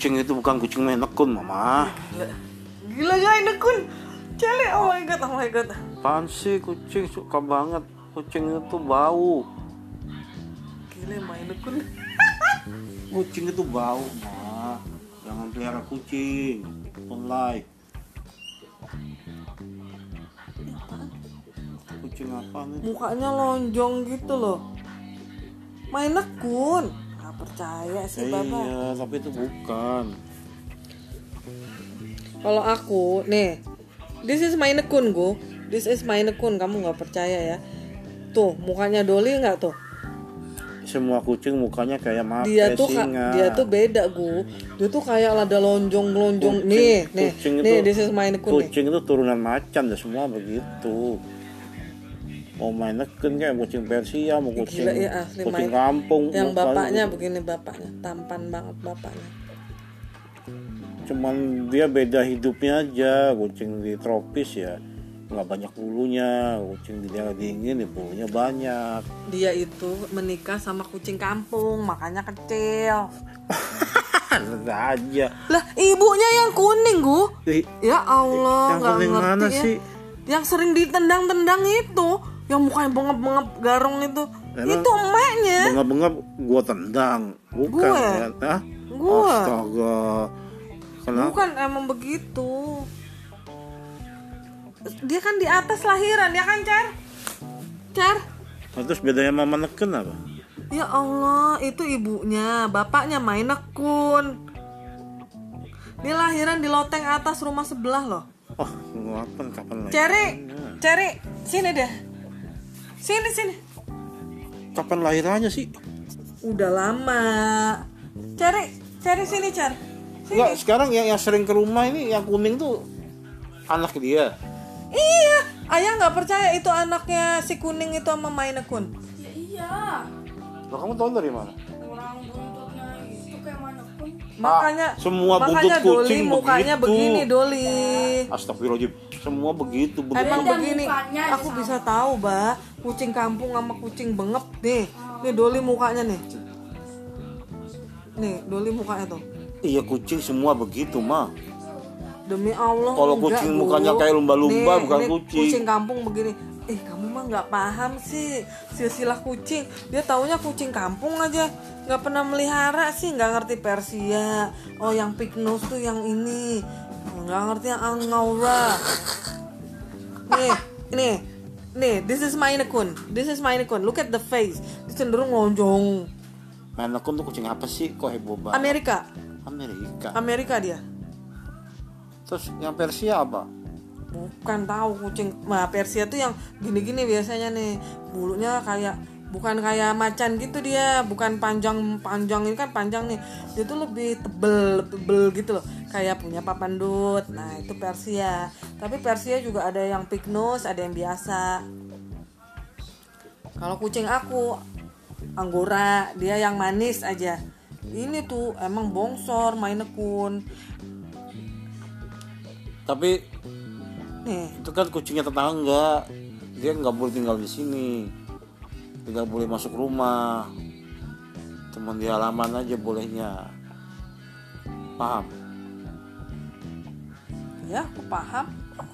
Kucing itu bukan kucing Maine Coon, Mama. Gila Maine Coon. Cele, oh my god. Apaan sih, kucing suka banget. Kucing itu bau. Gila Maine Coon. Kucing itu bau, Ma. Jangan pelihara kucing. Don't like. Kucing apa nih? Mukanya lonjong gitu loh. Maine Coon. Gak percaya sih Bapak. Iya, tapi itu bukan. Kalau aku, nih, this is Maine Coon, Gu. This is Maine Coon, kamu nggak percaya ya? Tuh, mukanya Dolly nggak tuh? Semua kucing mukanya kayak Dia tuh beda, Gu. Dia tuh kayak ada lonjong-lonjong. Nih, this is Maine Coon. Kucing itu turunan macan, ya semua begitu. Mau Maine Coon kayak kucing Persia, mau kucing, ya, asli kucing kampung. Yang bapaknya begini, bapaknya tampan banget bapaknya. Cuman dia beda hidupnya aja. Kucing di tropis ya nggak banyak bulunya, kucing di daerah dingin ya bulunya banyak. Dia itu menikah sama kucing kampung, makanya kecil. Ada aja. Lah ibunya yang kuning, Gu. Ya Allah, yang nggak kuning ngerti mana ya. sih? Yang sering ditendang-tendang itu, yang mukanya bengap-bengap garong itu. Emang itu emaknya. Bengap-bengap gua tendang, bukan Gue? ya? Gue. Astaga. Kenapa? Bukan, emang begitu. Dia kan di atas lahiran, ya kan, Cer? Terus bedanya sama Maine Coon apa? Ya Allah, itu ibunya, bapaknya Maine Coon. Dia lahiran di loteng atas rumah sebelah loh. Oh, kapan lagi? Ceri, sini deh. Sini. Kapan lahirannya sih? Udah lama. Ceri sini, Cer. Enggak, sekarang yang sering ke rumah ini yang kuning tuh anak dia. Iya, ayah nggak percaya itu anaknya si kuning itu sama Maine Coon. Ya iya. Loh, kamu tahu dari mana? Orang buntutnya itu kayak Maine Coon. Makanya semua buntut kucing Dolly mukanya begitu. begini, Dolly. Astagfirullahaladzim, semua begitu buntut. Emang Beda begini, mukanya aja aku sama. bisa tahu, Bah. Kucing kampung sama kucing bengep nih. Nih Dolly mukanya nih. Nih, Dolly mukanya tuh. Iya, kucing semua begitu, Ma. Demi Allah. Kalau enggak, kucing Bu. mukanya kayak lumba-lumba, Nih, bukan ini kucing. Kucing kampung begini. Kamu mah nggak paham sih silsilah kucing. Dia taunya kucing kampung aja, nggak pernah melihara sih, nggak ngerti Persia. Oh, yang pig nose tuh yang ini, nggak ngerti yang Angora. Nih, this is Maine Coon. Look at the face. Dia cenderung lonjong. Maine Coon tuh kucing apa sih? Kok heboh banget? Amerika dia. Terus yang Persia apa? Bukan, tahu kucing. Nah, Persia tuh yang gini-gini biasanya nih. Bulunya kayak, bukan kayak macan gitu dia, bukan panjang ini kan panjang nih. Dia tuh lebih tebel gitu loh. Kayak punya papandut. Nah, itu Persia. Tapi Persia juga ada yang pig nose, ada yang biasa. Kalau kucing aku Angora, dia yang manis aja. Ini tuh emang bongsor Maine Coon. Tapi Nih, itu kan kucingnya tetangga, dia nggak boleh tinggal di sini, tidak boleh masuk rumah, cuman di halaman aja bolehnya. Paham? ya aku paham.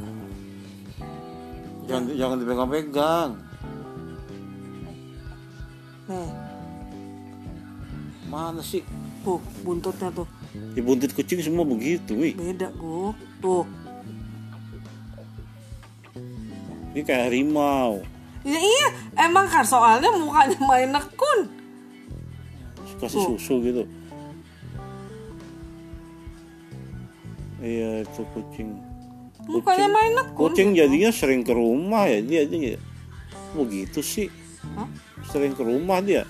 Jangan dipegang-pegang. Nih, Mana sih? tuh buntutnya tuh Di buntut kucing semua begitu, wih. beda, Gu. Tuh. Ini kayak harimau. Ya, iya, emang kan soalnya mukanya Maine Coon. Kasih susu gitu. Iya, itu kucing. Mukanya Maine Coon. Kucing jadinya sering ke rumah ya dia aja. Begitu sih. Hah? Sering ke rumah dia.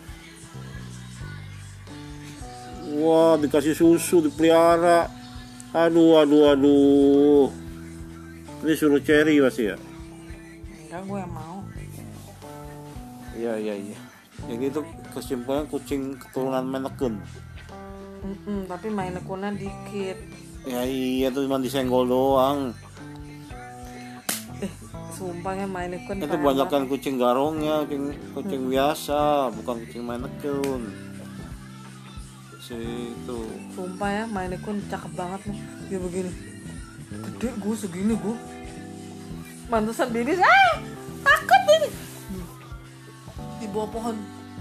Wah, dikasih susu, dipelihara. Aduh. Ini suruh Cherry pasti ya. Enggak, gue yang mau. Iya. Jadi itu kesimpulan kucing keturunan Maine Coon. Tapi Maine Coon-nya dikit. Ya iya, tuh cuma disenggol doang. Sumpahnya Maine Coon. Itu banyakkan kucing garongnya, kucing biasa, bukan kucing Maine Coon. si itu. Sumpah ya, Maine Coon cakep banget loh. Dia begini. Gede gue segini gue. Mantesan bini, takut ini. Di bawah pohon.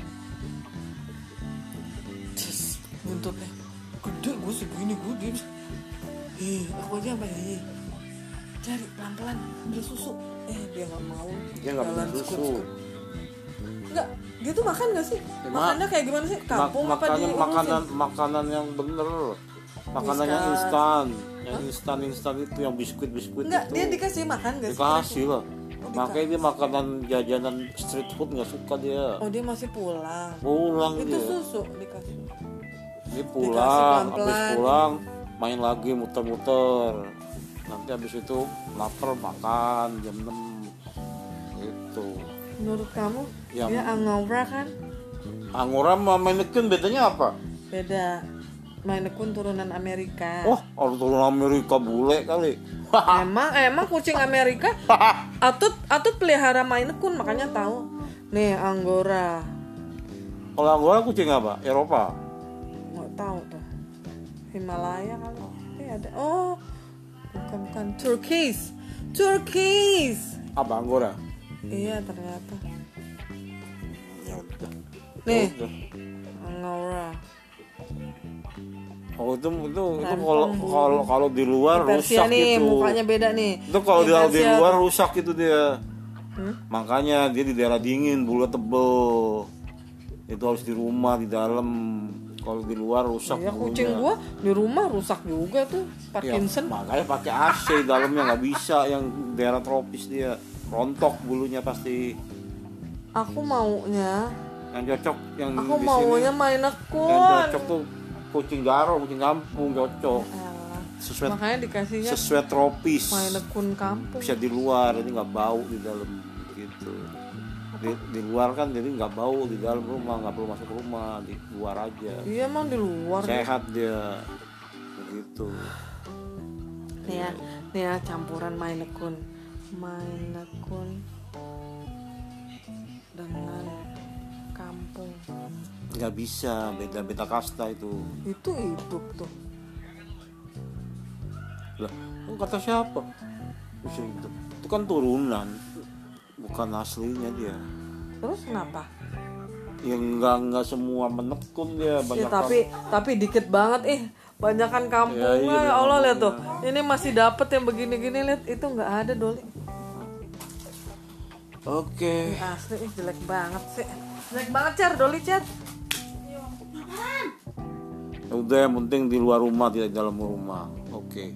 Cus, buntutnya. Gede gue segini gue dia. Aku aja sampai cari pelan-pelan ambil susu. Dia nggak mau. Dia nggak minum susu. Enggak, dia tuh makan nggak sih? Makannya kayak gimana sih? Kampung apa di makanan yang bener. Makanan yang instan. Yang instan itu yang biskuit enggak, itu. dia dikasih makan nggak sih? Dikasih lah. Makanya dia makanan jajanan street food nggak suka dia. Oh, dia masih pulang. Itu dia. Susu dikasih. Dia pulang, habis pulang main lagi muter-muter. Nanti habis itu lapar makan jam 6 itu. Menurut kamu Ya. dia Angora kan? Angora sama Maine Coon bedanya apa? Beda. Maine Coon turunan Amerika. Oh, orang turun Amerika bule kali. Emang kucing Amerika. Atut pelihara Maine Coon makanya tahu. Nih Angora. Kalau Angora kucing apa? Eropa. Nggak tahu tuh. Himalaya kali. Ada. Oh, bukan Turkish. Apa Angora? Iya ternyata. Ya udah. Nih. Udah. Angora. Oh itu kalau di luar Persia rusak nih, gitu. mukanya beda nih. Itu kalau di Persia luar rusak itu dia. Makanya dia di daerah dingin, bulu tebel. Itu harus di rumah di dalam. Kalau di luar rusak. Ya kucing gua di rumah rusak juga tuh, Parkinson. Ya, makanya pakai AC dalamnya nggak bisa, yang daerah tropis dia rontok bulunya pasti. Aku maunya. Yang cocok yang Aku di maunya sini, Maine yang Coon. cocok tuh kucing garo, kucing kampung cocok. Alah. Sesuai Makanya dikasihnya sesuai tropis. Maine Coon kampung. Bisa di luar, ini nggak bau di dalam gitu. Di luar kan jadi nggak bau, di dalam rumah nggak perlu masuk rumah, di luar aja. Iya emang di luar. Sehat dia begitu. Nih ya campuran Maine Coon dengan kampung. Nggak bisa, beda kasta itu. Itu hidup tuh. Lah, kata siapa? Bisa hidup. Itu kan turunan, bukan aslinya dia. Terus kenapa? Ya nggak semua menekun dia, banyak. Ya, tapi dikit banget banyakan kampungnya iya, ya Allah lihat tuh. Ini masih dapet yang begini-gini lihat, itu nggak ada Doli. Oke. Ini asli jelek banget sih. Jelek banget Cer, Doli Cer. Udah yang penting di luar rumah, tidak di dalam rumah. Oke.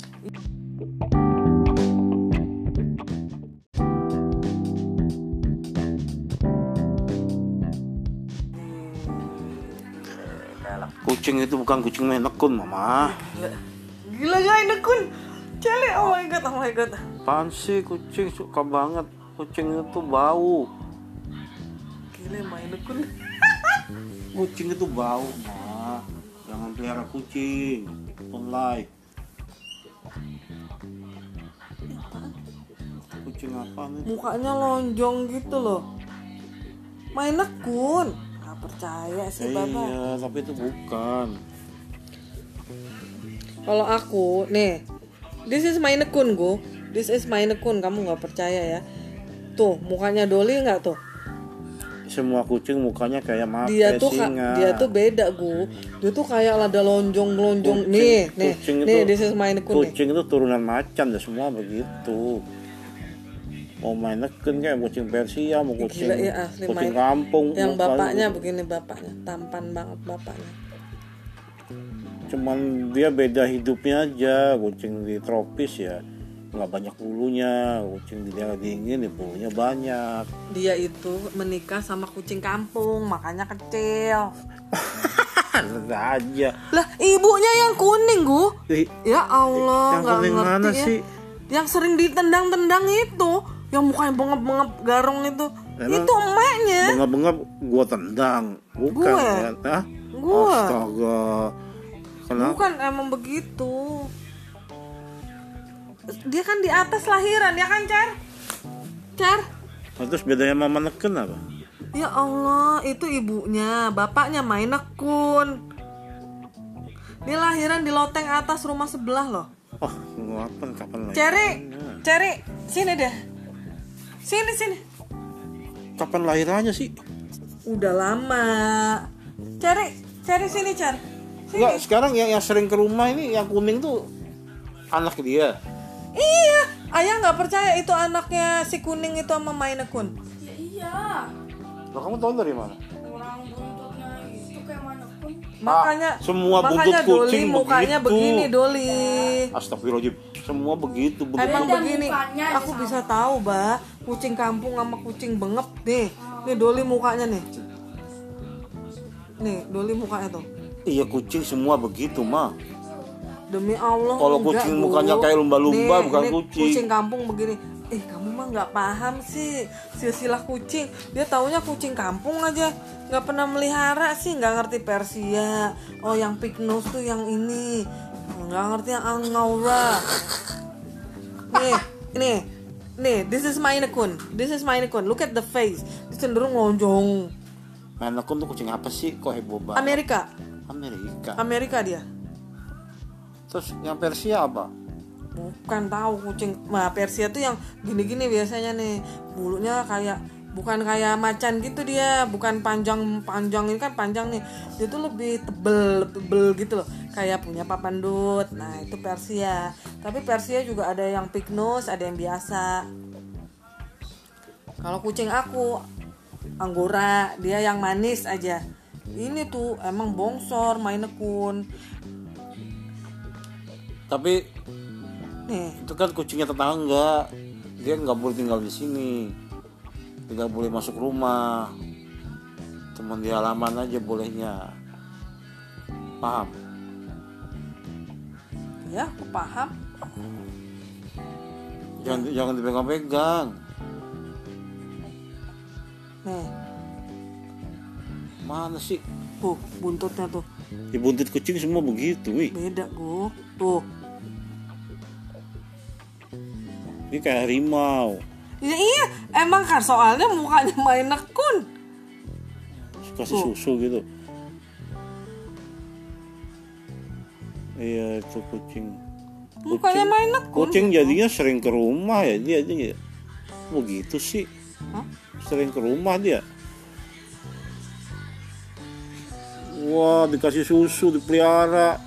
Kucing itu bukan kucing Maine Coon, Mama. Gila Maine Coon. Cele, oh my god. Apaan sih, kucing suka banget. Kucing itu bau. Gila Maine Coon. Kucing itu bau, Ma. Jangan pelihara kucing. Online. Kucing apa nih? Mukanya lonjong gitu loh. Maine Coon. Gak percaya sih Bapak. Iya, tapi itu bukan. Kalau aku, nih, this is Maine Coon, Go. This is Maine Coon, kamu nggak percaya ya? Tuh, mukanya Doli nggak tuh? Semua kucing mukanya kayak Dia tuh singa. dia tuh beda, Go. Dia tuh kayak ada lonjong-lonjong. Nih, this is Maine Coon nih. Kucing itu turunan macan, ya semua begitu. Mau Maine Coon kayak kucing Persia, mau kucing, Gila, ya, asli kucing Maine. kampung. Yang bapaknya gitu. begini, bapaknya tampan banget bapaknya. Cuman dia beda hidupnya aja. Kucing di tropis ya nggak banyak bulunya, kucing di daerah dingin ya bulunya banyak. Dia itu menikah sama kucing kampung, makanya kecil. Ada aja. Lah, ibunya yang kuning, Gu. Ya Allah, Yang nggak kuning ngerti mana ya. sih? Yang sering ditendang-tendang itu, yang mukanya bengap-bengap garong itu. Emang itu emaknya. Bengap-bengap gua tendang, bukan Gue? ya? Hah? Gue. Astaga. Kenapa? Bukan emang begitu. Dia kan di atas lahiran, ya kan, Cer? Terus bedanya sama Maine Coon apa? Ya Allah, itu ibunya, bapaknya Maine Coon. Dia lahiran di loteng atas rumah sebelah loh. Oh, kapan lagi? Ceri, sini deh. Sini. Kapan lahirannya sih? Udah lama. Ceri sini, Cer. Sini. Enggak, sekarang yang sering ke rumah ini yang kuning tuh anak dia. Iya, ayah nggak percaya itu anaknya si kuning itu sama Maine Coon. Ya iya. Loh, kamu tahu dari mana? Orang buntutnya itu kayak mana pun. Makanya semua buntut makanya kucing Doli mukanya begitu. begini, Doli. Astagfirullahaladzim, semua begitu. Emang Beda begini, mukanya aku sama. bisa tahu, Mbak. Kucing kampung sama kucing bengep nih. Nih Doli mukanya nih. Nih, Doli mukanya tuh. Iya, kucing semua begitu, mah. Demi Allah. Kalau enggak, kucing Bu. mukanya kayak lumba-lumba, Nih, bukan nih, kucing. Kucing kampung begini. Kamu mah nggak paham sih silsilah kucing. Dia taunya kucing kampung aja, nggak pernah melihara sih, nggak ngerti Persia. Oh, yang pig nose tuh yang ini, nggak ngerti yang Angora. Nih, this is Maine Coon. Look at the face. Dia cenderung lonjong. Maine Coon tuh kucing apa sih? Kok heboh banget? Amerika dia. Terus yang Persia apa? Bukan, tahu kucing. Nah, Persia tuh yang gini-gini biasanya nih. Bulunya kayak bukan kayak macan gitu dia, bukan panjang ini kan panjang nih. Dia tuh lebih tebel gitu loh. Kayak punya papandut. Nah, itu Persia. Tapi Persia juga ada yang pig nose, ada yang biasa. Kalau kucing aku Angora, dia yang manis aja. Ini tuh emang bongsor, Maine Coon. Tapi Nih, itu kan kucingnya tetangga, dia nggak boleh tinggal di sini, tidak boleh masuk rumah, cuman di halaman aja bolehnya. Paham? ya aku paham. Jangan dipegang-pegang. Nih, Mana sih? tuh buntutnya tuh Di buntut kucing semua begitu, wih. beda, Gu. Tuh. Ini kayak harimau. Ya, iya, emang kan soalnya mukanya Maine Coon. Kasih susu gitu. Iya, itu kucing. Mukanya Maine Coon. Kucing jadinya sering ke rumah ya dia aja. Begitu sih. Hah? Sering ke rumah dia. Wah, dikasih susu, dipelihara.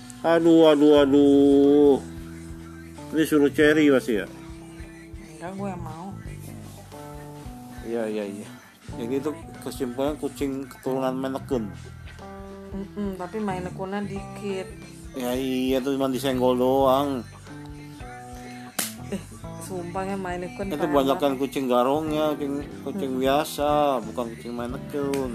Aduh. Ini suruh Cherry pasti ya. Enggak, gue yang mau. Iya. Jadi itu kesimpulan kucing keturunan Maine Coon. Tapi Maine Coon-nya dikit. Ya iya, itu cuma disenggol doang. Sumpahnya Maine Coon Itu banyakkan kucing garongnya, kucing biasa, bukan kucing Maine Coon.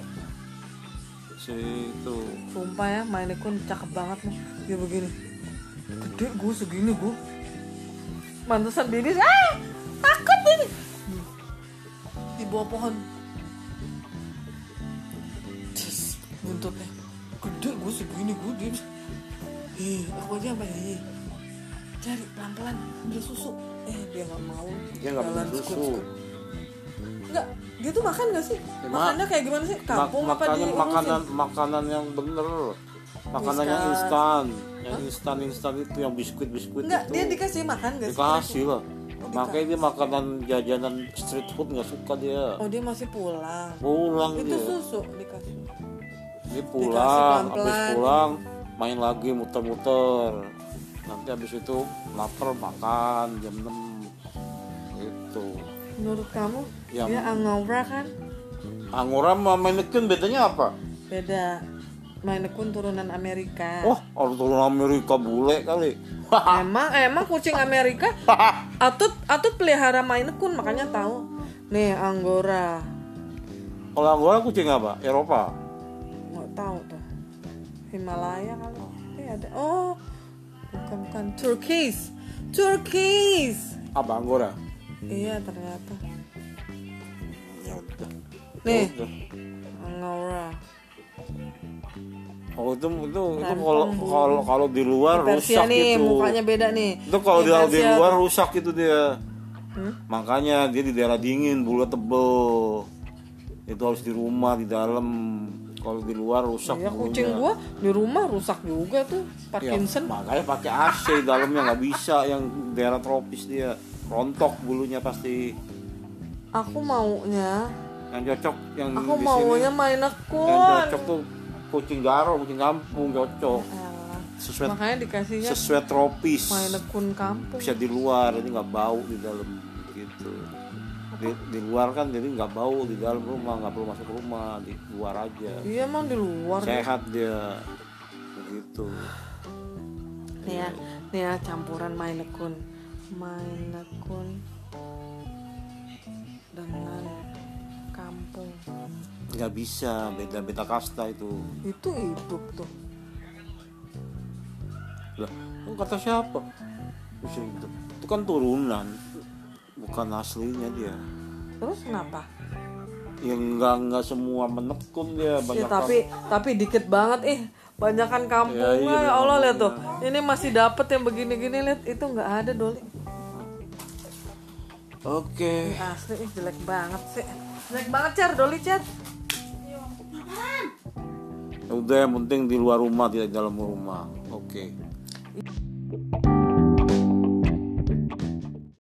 Situ. Sumpah ya, Maine Coon cakep banget nih. Dia begini. Gede gue segini gue. Mantesan Bibi, takut ini. Di bawah pohon. Cus, buntutnya gede gue segini gue dia. Aku aja sampai cari pelan-pelan ambil susu. Dia nggak mau. Dia nggak minum susu. scoop. Enggak, dia tuh makan nggak sih? Makannya kayak gimana sih? Kampung apa di makanan yang bener. Makanan yang instan. Yang instan itu yang biskuit enggak, itu. dia dikasih makan nggak sih? Dikasih lah. Makanya dia makanan jajanan street food nggak suka dia. Oh, dia masih pulang. Pulang Itu dia. susu dikasih. Dia Dikasih pulang, pelan-pelan. habis pulang main lagi muter-muter. Nanti habis itu lapar makan jam 6 gitu. Menurut kamu Yang- dia Angora kan? Angora sama Maine Coon bedanya apa? Beda. Maine Coon turunan Amerika. Oh, orang turun Amerika bule kali. Emang kucing Amerika atut pelihara Maine Coon, makanya tahu. Nih Angora. Kalau Angora kucing apa? Eropa. Nggak tahu tuh. Himalaya kali. Ada. Oh, bukan Turkish. Apa Angora? Iya ternyata. Ya udah. Nih Udah. Angora. Oh itu Rempong, kalau di luar Persia rusak nih, gitu. mukanya beda nih. Itu kalau Ini di Persia. luar rusak itu dia. Makanya dia di daerah dingin, bulu tebel. Itu harus di rumah di dalam. Kalau di luar rusak Ya bulunya. kucing gua di rumah rusak juga tuh Ya, Parkinson. makanya pakai AC dalamnya nggak bisa, yang daerah tropis dia rontok bulunya pasti. Aku maunya Yang cocok yang aku di maunya sini, main yang nekun. cocok tuh kucing garo, kucing kampung cocok. Alah, Sesuai makanya dikasihnya sesuai tropis. main nekun kampung. Bisa di luar, ini nggak bau di dalam gitu. Di luar kan jadi nggak bau, di dalam rumah nggak perlu masuk rumah, di luar aja. Iya emang di luar. Sehat dia begitu. Nih ya campuran main nekun dengan kampung. Nggak bisa, beda kasta itu. Itu hidup tuh. Lah, kata siapa? Bisa hidup. Itu kan turunan, bukan aslinya dia. Terus kenapa? Ya nggak semua menekun dia, banyak Ya tapi dikit banget banyakan kampungnya Ya, iya, ya Allah lihat tuh. kampungnya. Ini masih dapet yang begini-gini lihat itu nggak ada Doli. Oke. Asli jelek banget sih. Jelek banget Cer, Doli Cer. Ya udah, yang penting di luar rumah, tidak di dalam rumah. Oke.